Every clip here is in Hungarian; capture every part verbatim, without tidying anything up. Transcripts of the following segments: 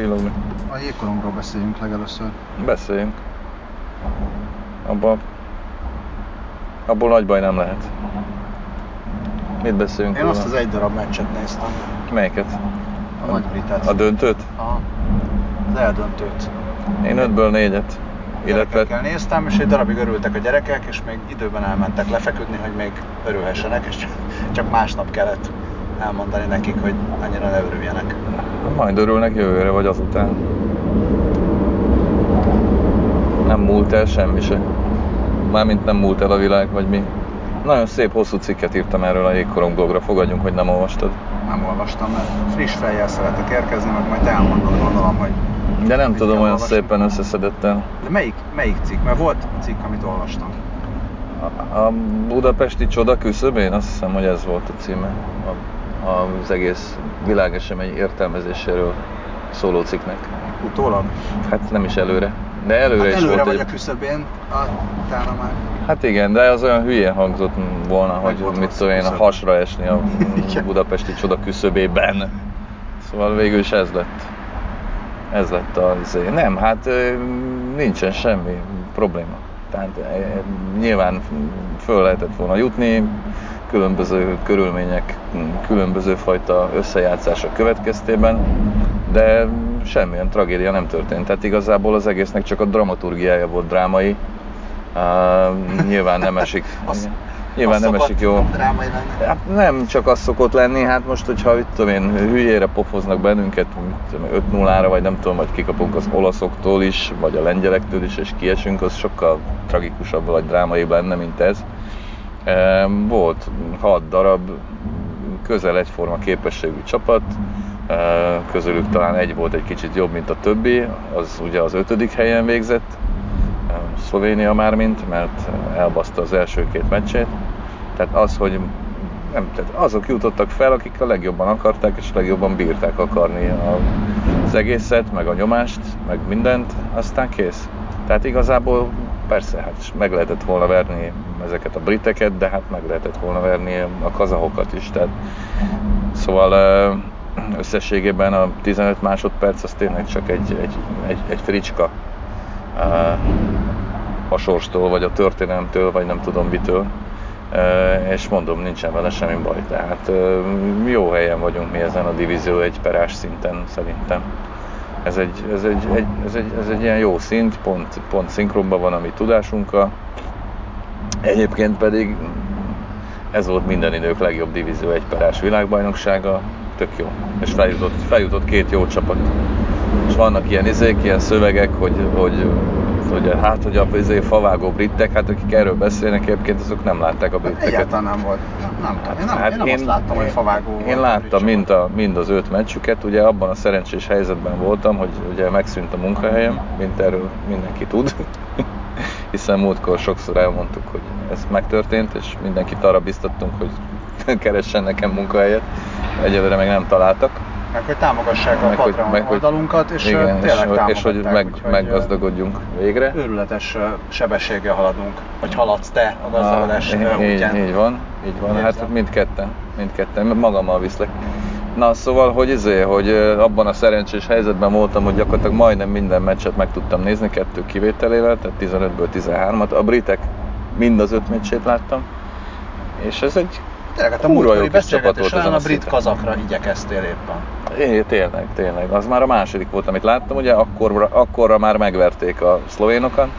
villogni. A jégkorongról beszéljünk legelőször. Beszéljünk. Abba... Abból nagy baj nem lehet. Mit beszélünk Én róla? azt az egy darab meccset néztem. Melyiket? A Nagy-Britet. A döntőt? Aha. Az eldöntőt. Én ötből négyet. Gyerekekkel néztem, és egy darabig örültek a gyerekek, és még időben elmentek lefeküdni, hogy még örülhessenek, és csak másnap kellett elmondani nekik, hogy annyira ne örüljenek. Majd örülnek jövőre, vagy azután. Nem múlt el semmi se. Mármint nem múlt el a világ, vagy mi. Nagyon szép, hosszú cikket írtam erről a Jégkorong blogra, fogadjunk, hogy nem olvastad. Nem olvastam, mert friss fejjel szeretek érkezni, meg majd te elmondod, gondolom, hogy... De nem mit tudom, kell olyan olvasni. szépen összeszedettel. De melyik, melyik cikk? Mert volt cikk, amit olvastam. A, a budapesti csoda küszöbén, azt hiszem, hogy ez volt a címe. A, a, az egész világesemény értelmezéséről szóló cikknek. Utólag? Hát nem is előre. De előre Hát is előre volt vagy egy... a küszöbén, utána már... Hát igen, de az olyan hülyén hangzott volna, Meg hogy volt mit rossz tudom én, a küszöb. hasra esni a budapesti csoda küszöbében. Szóval végül is ez lett. Ez lett az... Nem, hát nincsen semmi probléma. Tehát nyilván föl lehetett volna jutni, különböző körülmények, különböző fajta összejátszások következtében, de semmilyen tragédia nem történt. Tehát igazából az egésznek csak a dramaturgiája volt drámai. Uh, nyilván nem esik. Nyilván nem esik jó. Hát nem csak az szokott lenni, hát most, hogyha itt tudom én, hülyére pofoznak bennünket öt nullára, vagy nem tudom, vagy kikapunk az olaszoktól is, vagy a lengyelektől is, és kiesünk, az sokkal tragikusabb, vagy drámaibb lenne, mint ez. Volt hat darab közel egyforma képességű csapat, közülük talán egy volt egy kicsit jobb, mint a többi, az ugye az ötödik helyen végzett, Szlovénia mármint, mert elbaszta az első két meccsét. Tehát az, hogy nem, tehát azok jutottak fel, akik a legjobban akarták és a legjobban bírták akarni az egészet, meg a nyomást, meg mindent, aztán kész. Tehát igazából persze, hát meg lehetett volna verni ezeket a briteket, de hát meg lehetett volna verni a kazahokat is. Tehát, szóval összességében a tizenöt másodperc az tényleg csak egy, egy, egy, egy fricska a sorstól, vagy a történelemtől, vagy nem tudom mitől. És mondom, nincsen vele semmi baj. Tehát jó helyen vagyunk mi ezen a divízió egy perás szinten szerintem. Ez egy, ez egy, egy, ez egy, ez egy ilyen jó szint, pont, pont szinkronban van a mi tudásunkkal. Egyébként pedig ez volt minden idők legjobb divízió egy perás világbajnoksága, tök jó. És feljutott, feljutott két jó csapat. És vannak ilyen izék, ilyen szövegek, hogy, hogy, hogy hát, hogy a izé, favágó britek, hát akik erről beszélnek egyébként, azok nem látták a briteket. Egyáltalán nem volt. Nem, nem, hát, én nem, hát én nem én, azt láttam, én, hogy favágó volt. Én láttam mind, a, mind az öt meccsüket, ugye abban a szerencsés helyzetben voltam, hogy ugye megszűnt a munkahelyem, mint erről mindenki tud. Hiszen múltkor sokszor elmondtuk, hogy ez megtörtént, és mindenkit arra biztattunk, hogy keressen nekem munkahelyet. Egyelőre meg nem találtak. Meg hogy támogassák a meg, Patreon meg, oldalunkat, és igen, tényleg és, támogatták. És hogy meg, meggazdagodjunk végre. Őrületes sebességgel haladunk, vagy haladsz te a gazdagodás ah, útján. Így, így van, így van. Hát mindketten, mindketten, magammal viszlek. Na szóval, hogy izé, hogy abban a szerencsés helyzetben voltam, hogy gyakorlatilag majdnem minden meccset meg tudtam nézni, kettő kivételével, tehát tizenötből tizenhármat. A britek mind az öt meccsét láttam, és ez egy tényleg, hát a múltkori beszélgetés során a brit kazakra igyekeztél éppen. É, tényleg, tényleg. Az már a második volt, amit láttam, ugye akkorra, akkorra már megverték a szlovénokat,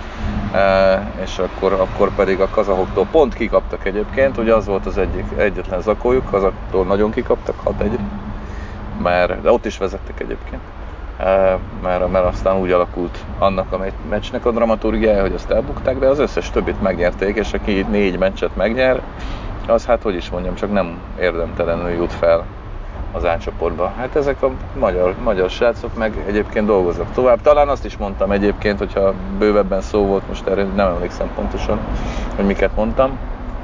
e, és akkor, akkor pedig a kazahoktól pont kikaptak egyébként, ugye az volt az egyik, egyetlen zakójuk, kazaktól nagyon kikaptak, hat egyre, mert, de ott is vezettek egyébként, e, mert, mert aztán úgy alakult annak a meccsnek a dramaturgiája, hogy azt elbukták, de az összes többit megnyerték, és aki négy meccset megnyer, az hát, hogy is mondjam, csak nem érdemtelenül jut fel az A csoportba. Hát ezek a magyar, magyar srácok meg egyébként dolgoznak tovább. Talán azt is mondtam egyébként, hogyha bővebben szó volt, most erre nem emlékszem pontosan, hogy miket mondtam.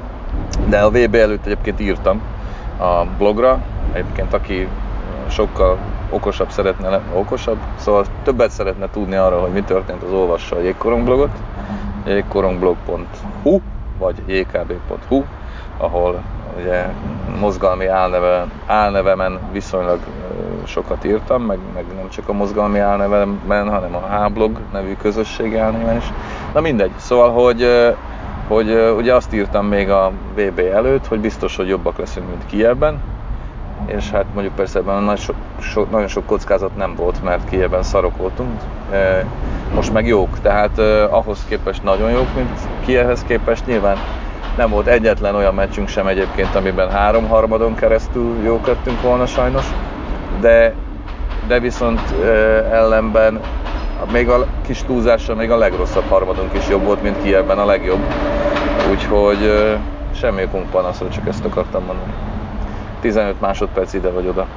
De a vé bé előtt egyébként írtam a blogra, egyébként aki sokkal okosabb szeretne lenni, okosabb, szóval többet szeretne tudni arra, hogy mi történt, az olvassa a Jégkorong blogot, jégkorongblog pont hu vagy jé ká bé pont hu, ahol ugye mozgalmi álneve, álnevemen viszonylag sokat írtam, meg, meg nem csak a mozgalmi álnevemen, hanem a H-blog nevű közösségi álneven is. Na mindegy, szóval, hogy, hogy ugye azt írtam még a vé bé előtt, hogy biztos, hogy jobbak leszünk, mint Kijevben, és hát mondjuk persze ebben nagyon sok, so, nagyon sok kockázat nem volt, mert Kijevben szarok voltunk, most meg jók, tehát ahhoz képest nagyon jók, mint Kijevhez képest. Nyilván nem volt egyetlen olyan meccsünk sem egyébként, amiben három harmadon keresztül jók lettünk volna sajnos, de, de viszont ellenben még a kis túlzással még a legrosszabb harmadunk is jobb volt, mint Kijevben a legjobb. Úgyhogy semmi okunk panaszra, csak ezt akartam mondani. tizenöt másodperc ide vagy oda.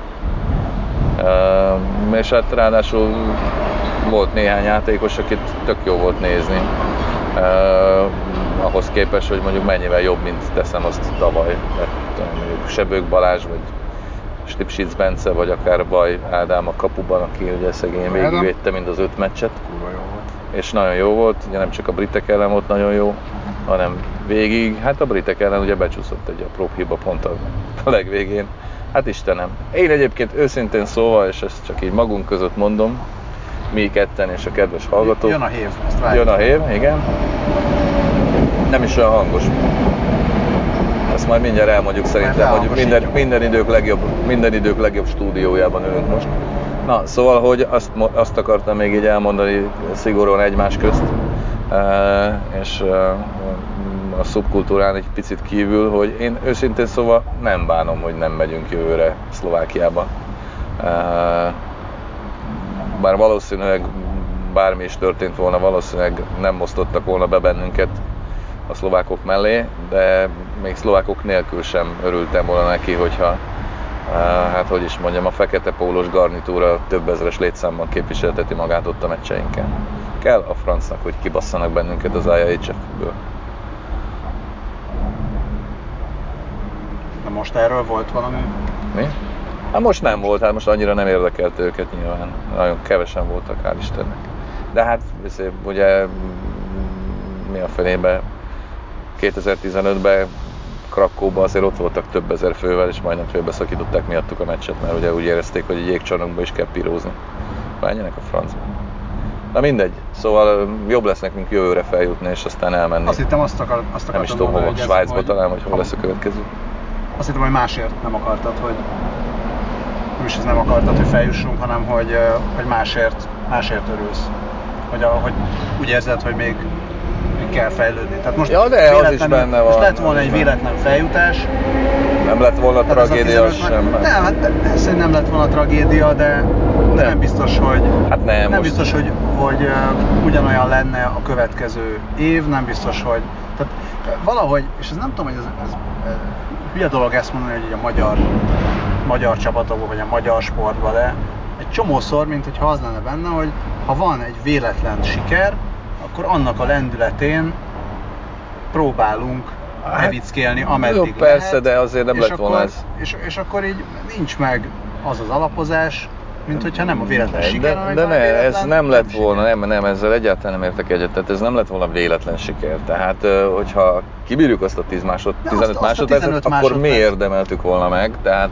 Uh, és hát ráadásul volt néhány játékos, akit tök jó volt nézni. Uh, ahhoz képest, hogy mondjuk mennyivel jobb, mint teszem azt tavaly. Mert mondjuk Sebők Balázs, vagy Stipsic Bence, vagy akár Baj Ádám a kapuban, aki ugye szegény végigvédte mind az öt meccset. Kurva jó volt. És nagyon jó volt, ugye nem csak a britek ellen volt nagyon jó, hanem végig, hát a britek ellen ugye becsúszott egy apró hiba pont a legvégén. Hát Istenem. Én egyébként őszintén szóval, és ezt csak így magunk között mondom, mi ketten és a kedves hallgatók. Jön a hév. Jön a hév, igen. Nem is olyan hangos. Ezt majd mindjárt elmondjuk szerintem, hogy minden, minden, idők legjobb, minden idők legjobb stúdiójában ülünk most. Na, szóval, hogy azt, azt akartam még így elmondani szigorúan egymás közt, és a szubkultúrán egy picit kívül, hogy én őszintén szóval nem bánom, hogy nem megyünk jövőre Szlovákiába. Bár valószínűleg bármi is történt volna, valószínűleg nem osztottak volna be bennünket a szlovákok mellé, de még szlovákok nélkül sem örültem volna neki, hogyha hát hogy is mondjam, a fekete pólós garnitúra több ezeres létszámban képviselteti magát ott a meccseinken. Kell a francnak, hogy kibasszanak bennünket az I H F-ből. De most erről volt valami? Mi? Hát most nem volt, hát most annyira nem érdekelt őket nyilván. Nagyon kevesen voltak, hál' Istennek. De hát ugye mi a fenébe kétezer-tizenötben Krakóban azért ott voltak több ezer fővel, és majdnem félbeszakították miattuk a meccset, mert ugye úgy érezték, hogy egy jégcsarnokba is kell pirózni. Menjenek a francba. Na mindegy, szóval jobb lesz nekünk jövőre feljutni, és aztán elmenni. Azt hittem, azt, akar, azt nem is tudom hova, hogy Svájcba ez, talán, hogy hol lesz a következő. Azt hittem, hogy másért nem akartad, hogy nem is ez nem akartad, hogy feljussunk, hanem hogy, hogy másért, másért örülsz. Hogy, a, hogy úgy érzed, hogy még kell fejlődni. Tehát most ja, de az is benne van. Most lett volna egy véletlen feljutás. Nem lett volna tragédia sem. Nem, hát ez nem lett volna tragédia, de, de nem biztos, hogy hát nem, nem most... biztos, hogy, hogy uh, ugyanolyan lenne a következő év, nem biztos, hogy tehát valahogy, és ez nem tudom, hogy ez, ez, ez hülye dolog ezt mondani, hogy a magyar magyar csapatokban, vagy a magyar sportban, de egy csomószor, mint hogyha az lenne benne, hogy ha van egy véletlen siker, akkor annak a lendületén próbálunk hát, evickélni, ameddig jó, persze, lehet, de azért nem lett akkor, volna ez. És, és akkor így nincs meg az az alapozás, mint hogyha nem a véletlen de, siker, de, de ne, véletlen, ez nem lett nem volna, nem, nem, ezzel egyáltalán nem értek egyet, tehát ez nem lett volna véletlen siker. Tehát, hogyha kibírjuk azt a tíz másod, tizenöt másodpercet, akkor mi érdemeltük volna meg, tehát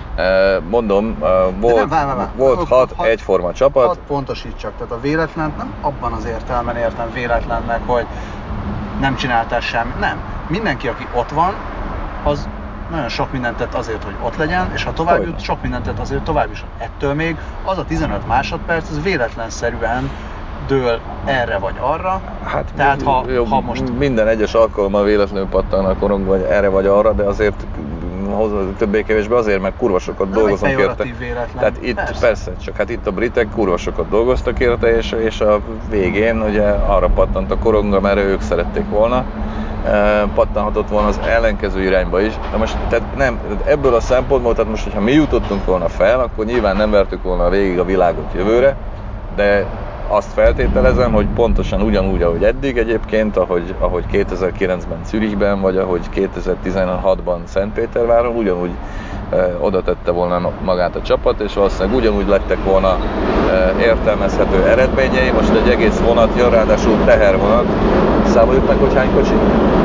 mondom, volt, nem, vár, vár, vár. volt hat, hat egyforma csapat. Hat pontosítsak, tehát a véletlen nem abban az értelemben értem véletlennek, hogy nem csináltál semmi. Nem. Mindenki, aki ott van, az nagyon sok mindent tett azért, hogy ott legyen, és ha tovább jut, sok mindent tett azért, hogy tovább jusson. Ettől még az a tizenöt másodperc, az véletlenszerűen dől erre vagy arra. Hát tehát ha, jó, ha most... minden egyes alkalommal véletlenül pattan a korong, vagy erre vagy arra, de azért többé-kevésbé azért, mert kurva sokat de dolgozunk érte. Véletlen. Tehát itt persze. persze, csak hát itt a britek kurva sokat dolgoztak érte, és, és a végén ugye arra pattant a korong, amerre ők szerették volna. Pattanhatott volna az ellenkező irányba is. De most tehát nem, ebből a szempontból, tehát most, hogyha mi jutottunk volna fel, akkor nyilván nem vertük volna végig a világot jövőre, de azt feltételezem, hogy pontosan ugyanúgy, ahogy eddig egyébként, ahogy, ahogy kétezer-kilencben Zürichben, vagy ahogy kétezer-tizenhatban Szentpéterváron, ugyanúgy e, oda tette volna magát a csapat, és valószínűleg ugyanúgy lettek volna e, értelmezhető eredményei. Most egy egész vonat jön, ráadásul tehervonat. Számoljuk meg, hogy hány kocsi?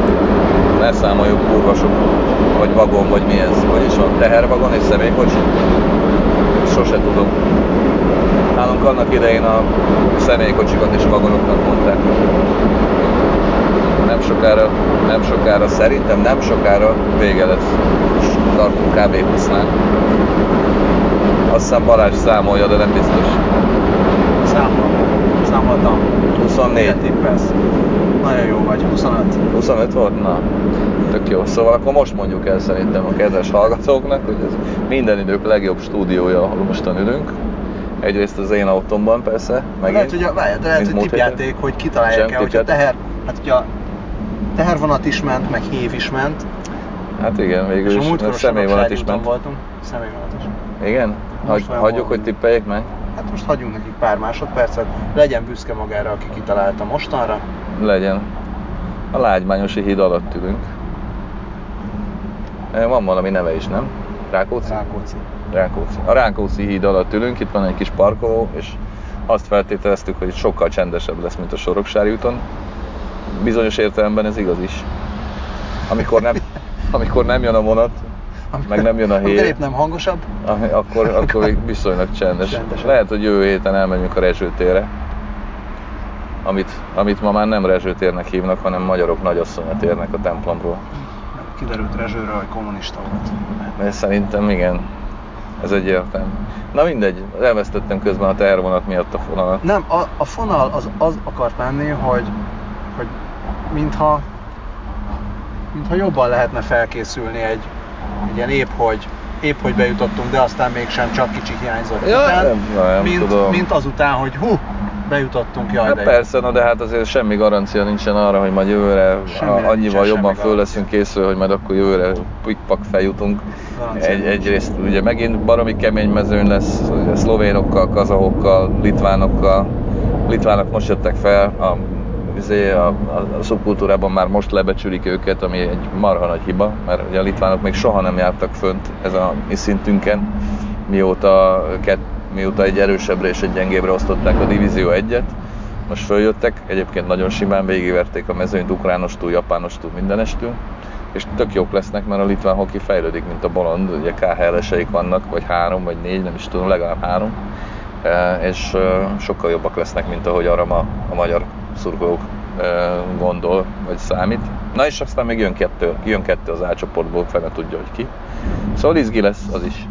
Ne számoljuk, kurva sok, vagy vagon, vagy mi ez, hogy is van, tehervagon és személykocsi. sose tudom. Nálunk annak idején a személykocsikat és vagonoknak mondták. Nem sokára, nem sokára, szerintem nem sokára vége lesz. És tartunk kb. húsznál. Azt hiszem Balázs számolja, de nem biztos. Számol. Számoltam. huszonnégy. Milyen tippelsz? Nagyon jó vagy. huszonöt. huszonöt volt? Na, tök jó. Szóval akkor most mondjuk el szerintem a kedves hallgatóknak, hogy ez minden idők legjobb stúdiója, ahol mostan ülünk. Egyrészt az én autómban persze, megint. Lehet, hogy, a, várjál, de lehet, hogy tippjáték, hogy kitalálják el, hogy a teher, hát ugye a tehervonat is ment, meg hév is ment. Hát igen, végül is a személyvonat is ment. Voltunk, személyvonat is. Igen? Hagy, hagyjuk, hogy tippeljék meg? Hát most hagyjunk nekik pár másodpercet, legyen büszke magára, aki kitalálta mostanra. Legyen. A Lágymányosi híd alatt ülünk. Van valami neve is, nem? Rákóczi? Rákóczi. Rákóczi. A Rákóczi híd alatt ülünk, itt van egy kis parkoló, és azt feltételeztük, hogy sokkal csendesebb lesz, mint a Soroksári úton. Bizonyos értelemben ez igaz is. Amikor nem, amikor nem jön a vonat, meg nem jön a hér. Amikor épp nem hangosabb. Akkor, akkor még viszonylag csendes. Csendesen. Lehet, hogy jövő héten elmegyünk a Rezső térre. Amit, amit ma már nem Rezső térnek hívnak, hanem magyarok nagyasszonya térnek a templomról. Kiderült Rezsőről, hogy kommunista volt. De szerintem igen. Ez egyértelmű. Na mindegy, elvesztettem közben a tehervonat miatt a fonalat. Nem, a, a fonal az, az akart lenni, hogy, hogy mintha, mintha jobban lehetne felkészülni egy, egy ilyen épp hogy, épp hogy bejutottunk, de aztán mégsem csak kicsi hiányzott ja, után, nem, nem mint, tudom. mint azután, hogy hú, bejutottunk, jaj, hát de persze, na de hát azért semmi garancia nincsen arra, hogy majd jövőre annyival nincsen, jobban föl leszünk készül, hogy majd akkor jövőre pikpak feljutunk. Egy, egyrészt ugye megint baromi kemény mezőny lesz, ugye szlovénokkal, kazahokkal, litvánokkal. Litvánok most jöttek fel, a, a, a, a szubkultúrában már most lebecsülik őket, ami egy marha nagy hiba, mert ugye a litvánok még soha nem jártak fönt ezen a mi szintünken, mióta kett mióta egy erősebbre és egy gyengébbre osztották a Divízió egyet. Most följöttek, egyébként nagyon simán végigverték a mezőnyt ukránostól, japánostól, mindenestől, és tök jók lesznek, mert a litván hoki fejlődik, mint a bolond, ugye ká há el-eseik vannak, vagy három, vagy négy, nem is tudom, legalább három, és sokkal jobbak lesznek, mint ahogy arra ma a magyar szurkolók gondol, vagy számít. Na és aztán még jön kettő, jön kettő az A csoportból, fene tudja, hogy ki. Szóval izgi lesz az is.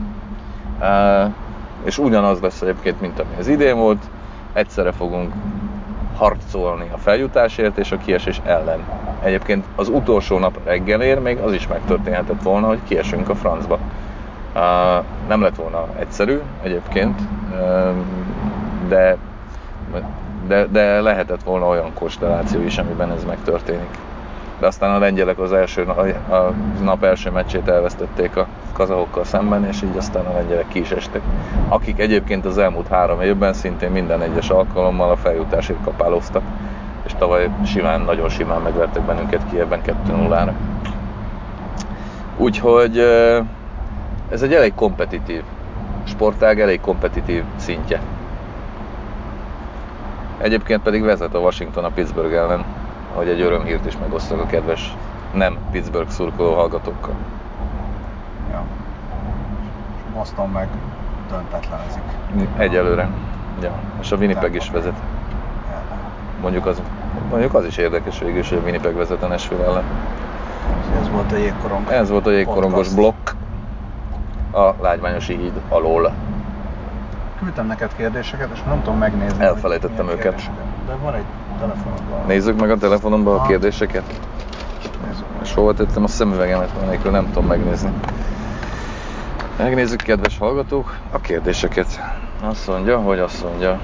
És ugyanaz lesz egyébként, mint ami az idén volt, egyszerre fogunk harcolni a feljutásért és a kiesés ellen. Egyébként az utolsó nap reggelér még az is megtörténhetett volna, hogy kiesünk a francba. Nem lett volna egyszerű egyébként, de, de, de lehetett volna olyan konstelláció is, amiben ez megtörténik. De aztán a lengyelek az első, a nap első meccsét elvesztették a kazahokkal szemben, és így aztán a lengyelek ki is estek. Akik egyébként az elmúlt három évben szintén minden egyes alkalommal a feljutásért kapálóztak, és tavaly simán, nagyon simán megvertek bennünket Kijevben kettő nullára. Úgyhogy ez egy elég kompetitív sportág, elég kompetitív szintje. Egyébként pedig vezet a Washington a Pittsburgh ellen, hogy egy örömhírt is megosztok a kedves nem Pittsburgh szurkoló hallgatókkal. Ja. Boston meg döntetlenezik. Egyelőre. Ja. És a Winnipeg is vezet. Mondjuk az, mondjuk az is érdekes végül is, hogy a Winnipeg vezet a Nashville ellen. Ez volt a jégkorong. Ez volt a jégkorongos blokk a Lágymányosi híd alól. Küldtem neked kérdéseket, és nem tudom megnézni. Elfelejtettem őket. Kérdéseket. De van egy telefonodban. Nézzük meg a telefonomban a kérdéseket. Nézzük. És hova tettem a szemüvegemet, amelyikről nem tudom megnézni. Megnézzük, kedves hallgatók, a kérdéseket. Azt mondja, hogy azt mondja.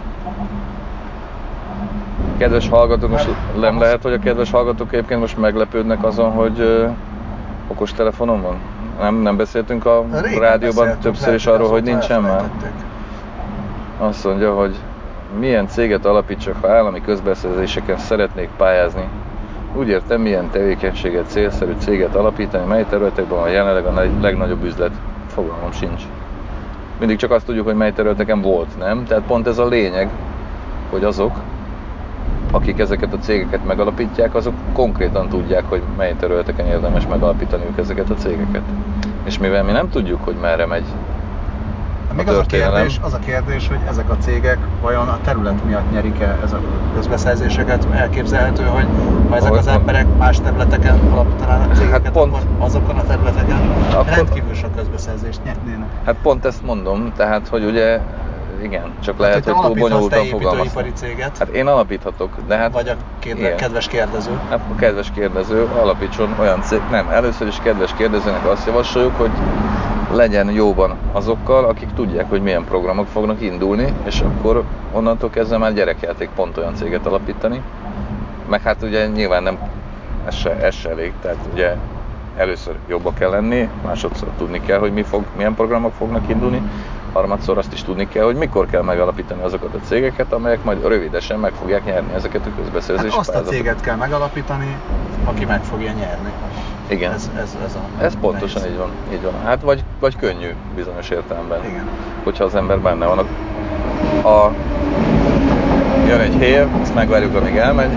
Kedves hallgatók, most nem lehet, hogy a kedves hallgatók egyébként most meglepődnek azon, hogy uh, okos telefonom van? Nem, nem beszéltünk a régen rádióban többször is arról, hogy nincsen már? Azt mondja, hogy milyen céget alapítsak, ha állami közbeszerzéseken szeretnék pályázni. Úgy értem, milyen tevékenységet célszerű céget alapítani, mely területekben van jelenleg a legnagyobb üzlet. Fogalmam sincs. Mindig csak azt tudjuk, hogy mely területeken volt, nem? Tehát pont ez a lényeg, hogy azok, akik ezeket a cégeket megalapítják, azok konkrétan tudják, hogy mely területeken érdemes megalapítaniuk ezeket a cégeket. És mivel mi nem tudjuk, hogy merre megy Még az a, kérdés, az a kérdés, hogy ezek a cégek vajon a terület miatt nyerik-e ez a közbeszerzéseket? Elképzelhető, hogy ha ezek az emberek más területeken alapítanának cégeket, hát pont, akkor azokon a területeken akkor, rendkívül sok közbeszerzést nyernének. Hát pont ezt mondom, tehát hogy ugye igen, csak hát, lehet, hogy túl bonyolultan fogalmaztam. Céget, hát én alapíthatok, de hát... Vagy a kérde, kedves kérdező. Hát a kedves kérdező alapítson olyan cég... Nem, először is kedves kérdezőnek azt javasoljuk, hogy legyen jóban azokkal, akik tudják, hogy milyen programok fognak indulni, és akkor onnantól kezdve már gyerekjáték pont olyan céget alapítani. Meg hát ugye nyilván nem, ez se, ez se elég, tehát ugye először jobba kell lenni, másodszor tudni kell, hogy mi fog, milyen programok fognak indulni, harmadszor azt is tudni kell, hogy mikor kell megalapítani azokat a cégeket, amelyek majd rövidesen meg fogják nyerni ezeket a közbeszerzési hát azt a céget kell megalapítani, aki meg fogja nyerni. Igen. Ez, ez, ez, a ez pontosan így van, így van. Hát vagy, vagy könnyű bizonyos értelemben. Igen. Hogyha az ember benne van. A, jön egy hér, ezt megvárjuk, amíg elmegy.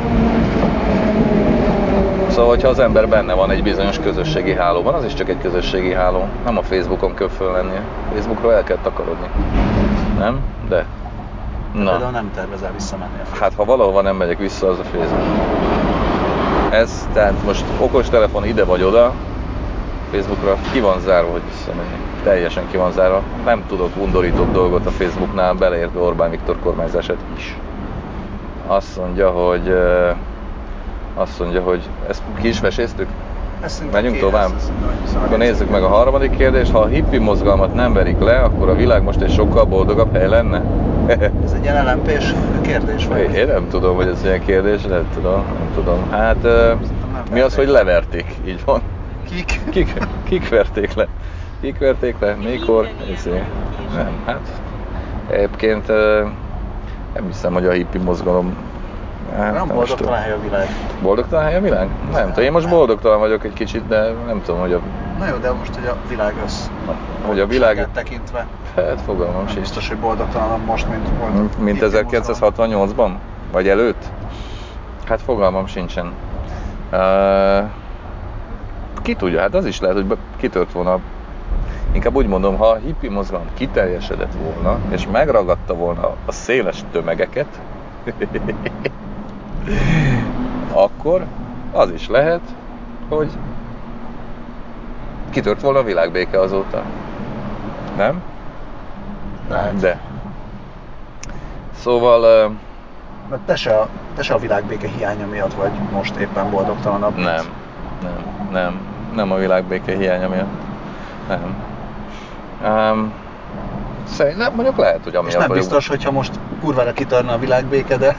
Szóval, hogyha az ember benne van egy bizonyos közösségi hálóban, az is csak egy közösségi háló. Nem a Facebookon kell fölvenni. Facebookról el kell takarodni. Nem? De. Na. Például nem tervezel visszamenni a Facebookon. Hát ha valahova nem megyek vissza, az a Facebook. Ez, tehát most okostelefon ide vagy oda, Facebookra ki van zárva, hogy visszamenni. Teljesen ki van zárva. Nem tudok undorított dolgot a Facebooknál, beleértve Orbán Viktor kormányzását is. Azt mondja, hogy... Azt mondja, hogy ezt ki is veséztük? Menjünk tovább? Akkor nézzük meg a harmadik kérdést. Ha a hippi mozgalmat nem verik le, akkor a világ most egy sokkal boldogabb hely lenne? Ez egy el em pés kérdés vagy? Én nem tudom, hogy ez ilyen kérdés, nem tudom, nem tudom. Hát nem mi az, hogy leverték? Így van. Kik? Kik, kik verték le? Kik verték le? Mikor? Ezért. Nem, hát egyébként nem hiszem, hogy a hippi mozgalom Hát, nem boldogtalan hely a világ. Boldogtalan hely a világ? Nem tudom, én most boldogtalan vagyok egy kicsit, de nem tudom, hogy a... Na jó, de most, hogy a világ össz... Hogy a világ... tekintve... Hát fogalmam sincs. Biztos, hogy boldogtalanabb most, mint volt. Mint, mint ezerkilencszázhatvannyolcban? Vagy előtt? Hát fogalmam sincsen. Uh, ki tudja, hát az is lehet, hogy kitört volna. Inkább úgy mondom, ha a hippi mozgalom kiteljesedett volna, és megragadta volna a széles tömegeket, akkor az is lehet, hogy kitört volna a világbéke azóta. Nem? Lehet. De. Szóval... Uh, Mert te se, a, te se a világbéke hiánya miatt vagy most éppen boldogtalanabb. Nem, nem, nem. Nem a világbéke hiánya miatt. Nem. Um, Szerintem mondjuk lehet, hogy amiatt és nem vagyok... biztos, hogyha most kurvára kitörne a világbéke, de...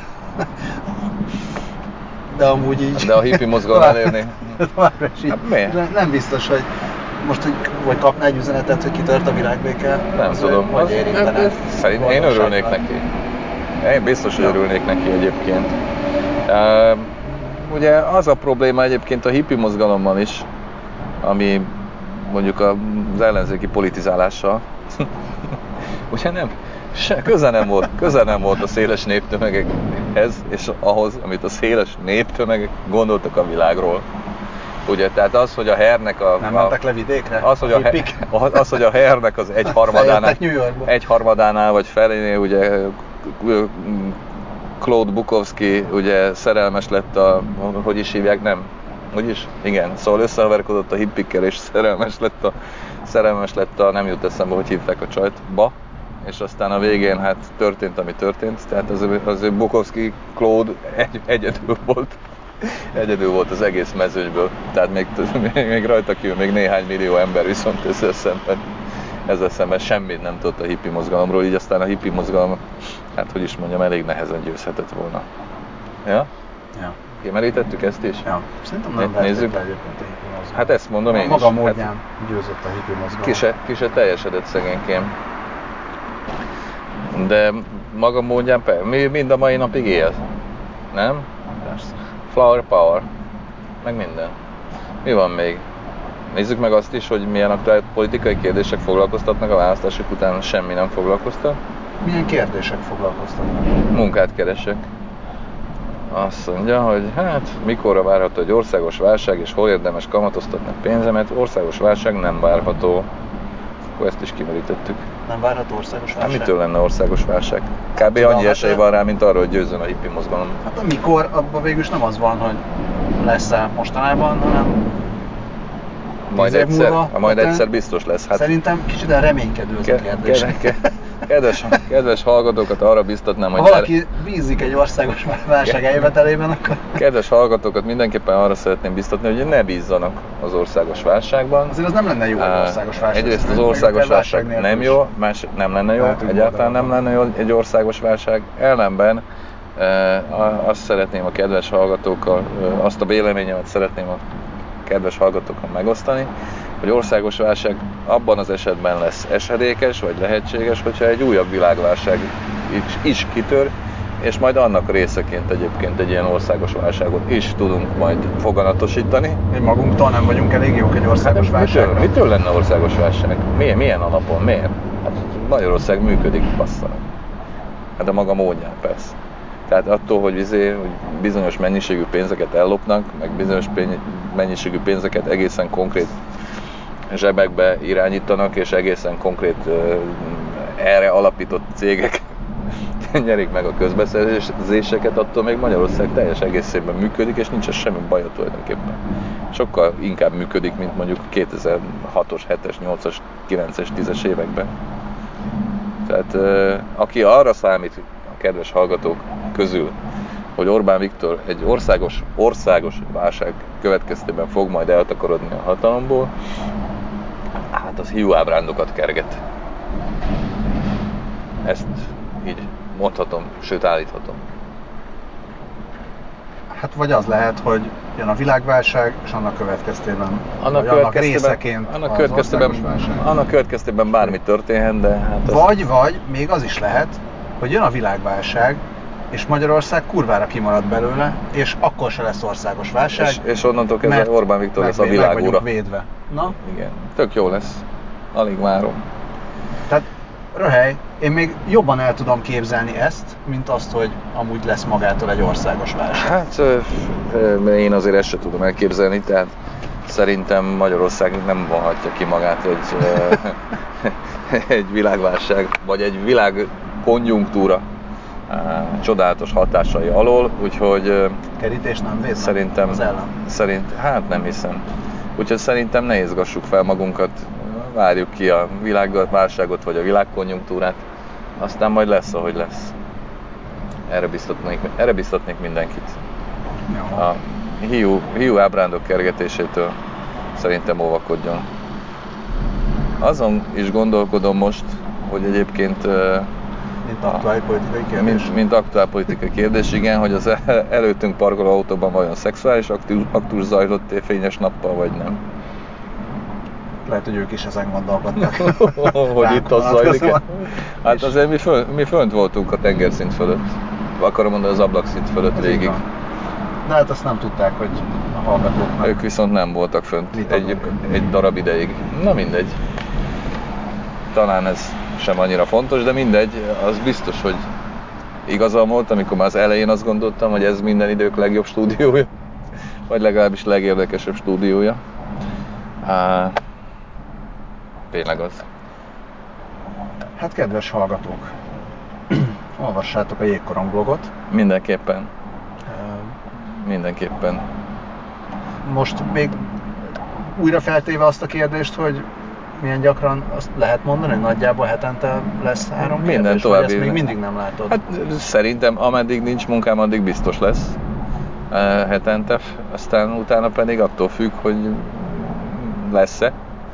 de amúgy így... De a hippi mozgalom elérni... Hát miért? Nem biztos, hogy most hogy, vagy kapná egy üzenetet, hogy kitört a világbéke. Nem tudom. Vagy érintene. Szerintem én örülnék neki. Én biztos, hogy örülnék neki egyébként. Uh, ugye az a probléma egyébként a hippi mozgalommal is, ami mondjuk az ellenzéki politizálással. Ugye nem? Se, köze nem volt, köze nem volt a széles néptömegekhez, és ahhoz, amit a széles néptömegek gondoltak a világról. Ugye, tehát az, hogy a hernek a... Nem mentek le vidékre? Az, hogy a, a, az, hogy a hernek az egyharmadánál, egyharmadánál vagy felénél, ugye Claude Bukowski ugye szerelmes lett a... Hogy is hívják? Nem. Hogy is? Igen. Szóval összehaverkodott a hippikkel, és szerelmes lett a... Szerelmes lett a... Nem jut eszembe, hogy hívták a csajt. Ba. És aztán a végén hát történt, ami történt. Tehát az, az Bukowski Claude egy, egyedül volt. Egyedül volt az egész mezőnyből, tehát még, még rajta kívül még néhány millió ember, viszont ezzel szemben, ezzel szemben semmit nem tudott a hippi mozgalomról, így aztán a hippi mozgalom, hát hogy is mondjam, elég nehezen győzhetett volna. Ja? Ja. Kimerítettük ezt is? Ja. Szerintem nem nézzük. Le egyébként a hippi mozgalom. Hát ezt mondom én maga is. Maga módján hát győzött a hippi mozgalom. Ki se, ki se teljesedett szegénykém. De maga módján, mi mind a mai napig él, nem? Persze. Flower power, meg minden. Mi van még? Nézzük meg azt is, hogy milyen aktuális politikai kérdések foglalkoztatnak a választások után, semmi nem foglalkoztat. Milyen kérdések foglalkoztatnak? Munkát keresek. Azt mondja, hogy hát mikorra várható egy országos válság, és hol érdemes kamatoztatni pénzemet. Országos válság nem várható. Akkor ezt is kimerítettük. Nem várható országos válság? Hát mitől lenne országos válság? Kb. Tudom, annyi hát esély de- van rá, mint arra, hogy győzzön a hippi mozgalom. Hát amikor, abban végül is nem az van, hogy lesz-e mostanában, hanem Majd tíz év egyszer, múlva, majd hát, egyszer biztos lesz. Hát szerintem kicsit reménykedő ez a ke- kérdés. ke- ke- kedves, kedves hallgatókat arra biztatnám, Ha hogy valaki bízik egy országos válság eljövetelében, akkor kedves hallgatókat mindenképpen arra szeretném biztatni, hogy ne bízzanak az országos válságban. azért az nem lenne jó egy Á, országos válság. Egyrészt az Még országos akár válság nélkül nem is. jó, más nem lenne jó, Lehetünk egyáltalán nem boldogabban. lenne jó egy országos válság. Ellenben e, azt szeretném a kedves hallgatókkal, e, azt a véleményemet szeretném a kedves hallgatókkal megosztani, hogy országos válság abban az esetben lesz esedékes, vagy lehetséges, hogyha egy újabb világválság is, is kitör, és majd annak részeként egyébként egy ilyen országos válságot is tudunk majd foganatosítani. Mi magunktól nem vagyunk elég jók egy országos Hát, mitől, válságra? mitől lenne országos válság? Milyen, milyen alapon? Miért? Hát Magyarország működik, basszanak. Hát a maga módján, persze. Tehát attól, hogy, izé, hogy bizonyos mennyiségű pénzeket ellopnak, meg bizonyos pény- mennyiségű pénzeket egészen konkrét zsebekbe irányítanak, és egészen konkrét uh, erre alapított cégek nyerik meg a közbeszerzéseket, attól még Magyarország teljes egészében működik, és nincs semmi baja tulajdonképpen. Sokkal inkább működik, mint mondjuk kétezer-hatos, hetes, nyolcas, kilences, tízes években. Tehát uh, aki arra számít, a kedves hallgatók közül, hogy Orbán Viktor egy országos, országos válság következtében fog majd eltakarodni a hatalomból, hát az hiú ábrándokat kerget. Ezt így mondhatom, sőt állíthatom. Hát vagy az lehet, hogy jön a világválság, és annak következtében, Annak vagy annak következtében, részeként annak az következtében, országos válság. annak következtében bármi történhet, de hát ez... Vagy, vagy még az is lehet, hogy jön a világválság, és Magyarország kurvára kimarad belőle, és akkor se lesz országos válság. És, és onnantól kezdve Orbán Viktor lesz a meg, meg világúra. vagyunk védve. Na? Igen, tök jó lesz. Alig várom. Tehát röhely, én még jobban el tudom képzelni ezt, mint azt, hogy amúgy lesz magától egy országos válság. Hát ö, ö, én azért ezt sem tudom elképzelni, tehát szerintem Magyarország nem vonhatja ki magát egy, ö, egy világválság, vagy egy világkonjunktúra ö, csodálatos hatásai alól, úgyhogy ö, Kerítés nem véd szerintem, az ellen. szerint, hát nem hiszem. Úgyhogy szerintem ne izgassuk fel magunkat, várjuk ki a világválságot vagy a világkonjunktúrát, aztán majd lesz, ahogy lesz. Erre biztatnék, erre biztatnék mindenkit. Jó. A hiú, hiú ábrándok kergetésétől szerintem óvakodjon. Azon is gondolkodom most, hogy egyébként Mint aktuális politikai kérdés. mint, mint aktuál politikai kérdés, igen, hogy az előttünk parkoló autóban vajon szexuális aktus, aktus zajlott fényes nappal, vagy nem. Lehet, hogy ők is ezen gondolkodnak. Hogy itt az zajlik. Hát És- azért mi, föl, mi fönt voltunk a tengerszint fölött. Akarom mondani az ablakszint fölött Ez így végig. van. De hát azt nem tudták, hogy a hallgatóknak. Ők viszont nem voltak fönt Mit egy, adunk? egy darab ideig. Na mindegy. Talán ez sem annyira fontos, de mindegy. Az biztos, hogy igazam volt, amikor már az elején azt gondoltam, hogy ez minden idők legjobb stúdiója. Vagy legalábbis legérdekesebb stúdiója. Á, tényleg az. Hát kedves hallgatók, olvassátok a Jégkorong blogot. Mindenképpen. Mindenképpen. Most még újra feltéve azt a kérdést, hogy milyen gyakran azt lehet mondani, hogy nagyjából hetente lesz három Minden kérdés, további- vagy ezt még mindig nem látod? Hát szerintem ameddig nincs munkám, addig biztos lesz eh, hetente, aztán utána pedig attól függ, hogy lesz-e.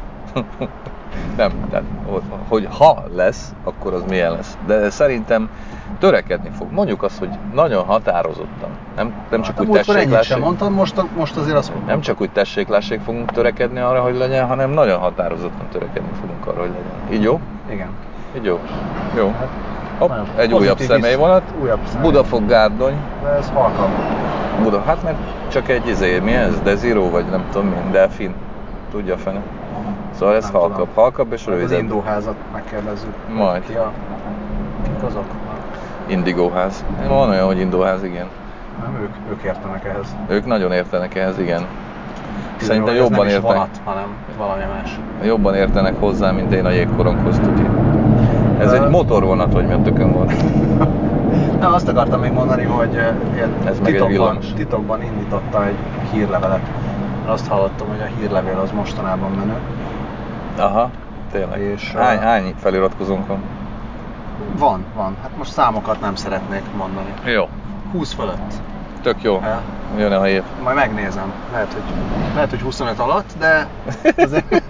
Nem, tehát, hogy ha lesz, akkor az milyen lesz. De szerintem törekedni fog. Mondjuk azt, hogy nagyon határozottan. Nem, nem csak Hát úgy a múltkor ennyit sem tessék-lássék. mondtam, most, most azért azt mondom. Nem csak úgy tessék-lássék fogunk törekedni arra, hogy legyen, hanem nagyon határozottan törekedni fogunk arra, hogy legyen. Így jó? Igen. Így jó. Jó. Hopp, Nagyon egy újabb pozitív személyvonat. is- újabb személy. Budafok Gárdony. De ez halkabb. Buda, hát mert csak egy izé, mi ez? Deziro, vagy nem tudom mi, delfin. Tudja a fene. Szóval ez Nem halkabb, tudom. halkabb és Majd az rövidebb. indóházat megkérdezzük. Majd. Ki, a, kik azok? Indigóház. Van olyan, hogy indóház, igen. Nem, ők, ők értenek ehhez. Ők nagyon értenek ehhez, igen. Szerintem Jó, ez jobban nem is értenek. vonat, hanem valami más. Jobban értenek hozzá, mint én a jégkoronghoz, tuti. Ez egy motorvonat, vagy mi a tökön volt? Nem, azt akartam még mondani, hogy ilyen Ez meg egy titokban, villamos. titokban indítottam egy hírlevelet. Azt hallottam, hogy a hírlevél az mostanában menő. Aha, tényleg. És, hány, uh, hány feliratkozónk van? Van, van. Hát most számokat nem szeretnék mondani. Jó. húsz fölött. Tök jó. Ja. Jön a hír. Majd megnézem. Lehet, hogy, lehet, hogy huszonöt alatt, de azért...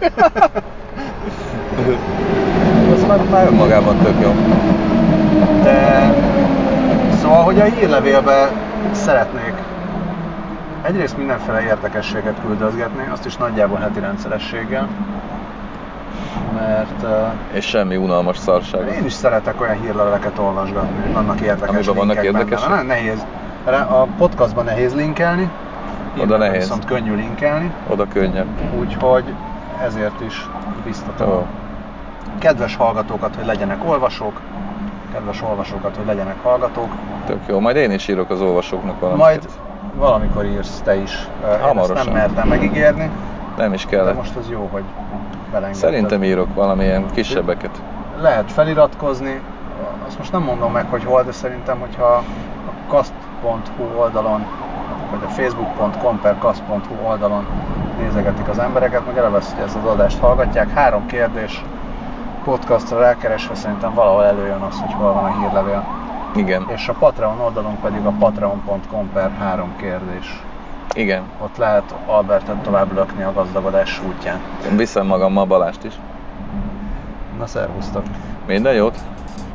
Az már, már önmagában tök jó. De... Szóval, hogy a hírlevélbe szeretnék egyrészt mindenféle érdekességet küldözgetni, azt is nagyjából heti rendszerességgel. Mert... Uh, És semmi unalmas szarság. Én is szeretek olyan hírleveleket olvasgatni, hogy vannak érdekes Amiben vannak linkek érdekesek? benne. Nagyon nehéz. A podcastban nehéz linkelni, Oda nehéz. Viszont könnyű linkelni. Oda könnyebb. Úgyhogy ezért is biztatom. Ó. Kedves hallgatókat, hogy legyenek olvasók. Kedves olvasókat, hogy legyenek hallgatók. Tök jó. Majd én is írok az olvasóknak valamit. Majd valamikor írsz te is. Én Hamarosan. ezt nem mertem megígérni. Nem is De kellett. most az jó, hogy belengedted. Szerintem írok valamilyen kisebbeket. Lehet feliratkozni. Azt most nem mondom meg, hogy hol, de szerintem, hogyha a kast pont hu oldalon, vagy a facebook pont com per kast pont hu oldalon nézegetik az embereket, meg elevesz, hogy ezt az adást hallgatják. Három kérdés podcastra rákeresve szerintem valahol előjön az, hogy hol van a hírlevél. Igen. És a Patreon oldalon pedig a patreon pont com per három kérdés. Igen. Ott lehet Albertet tovább lökni a gazdagodás útján. Viszem magammal Balást is. Na, szervusztok! Minden jót!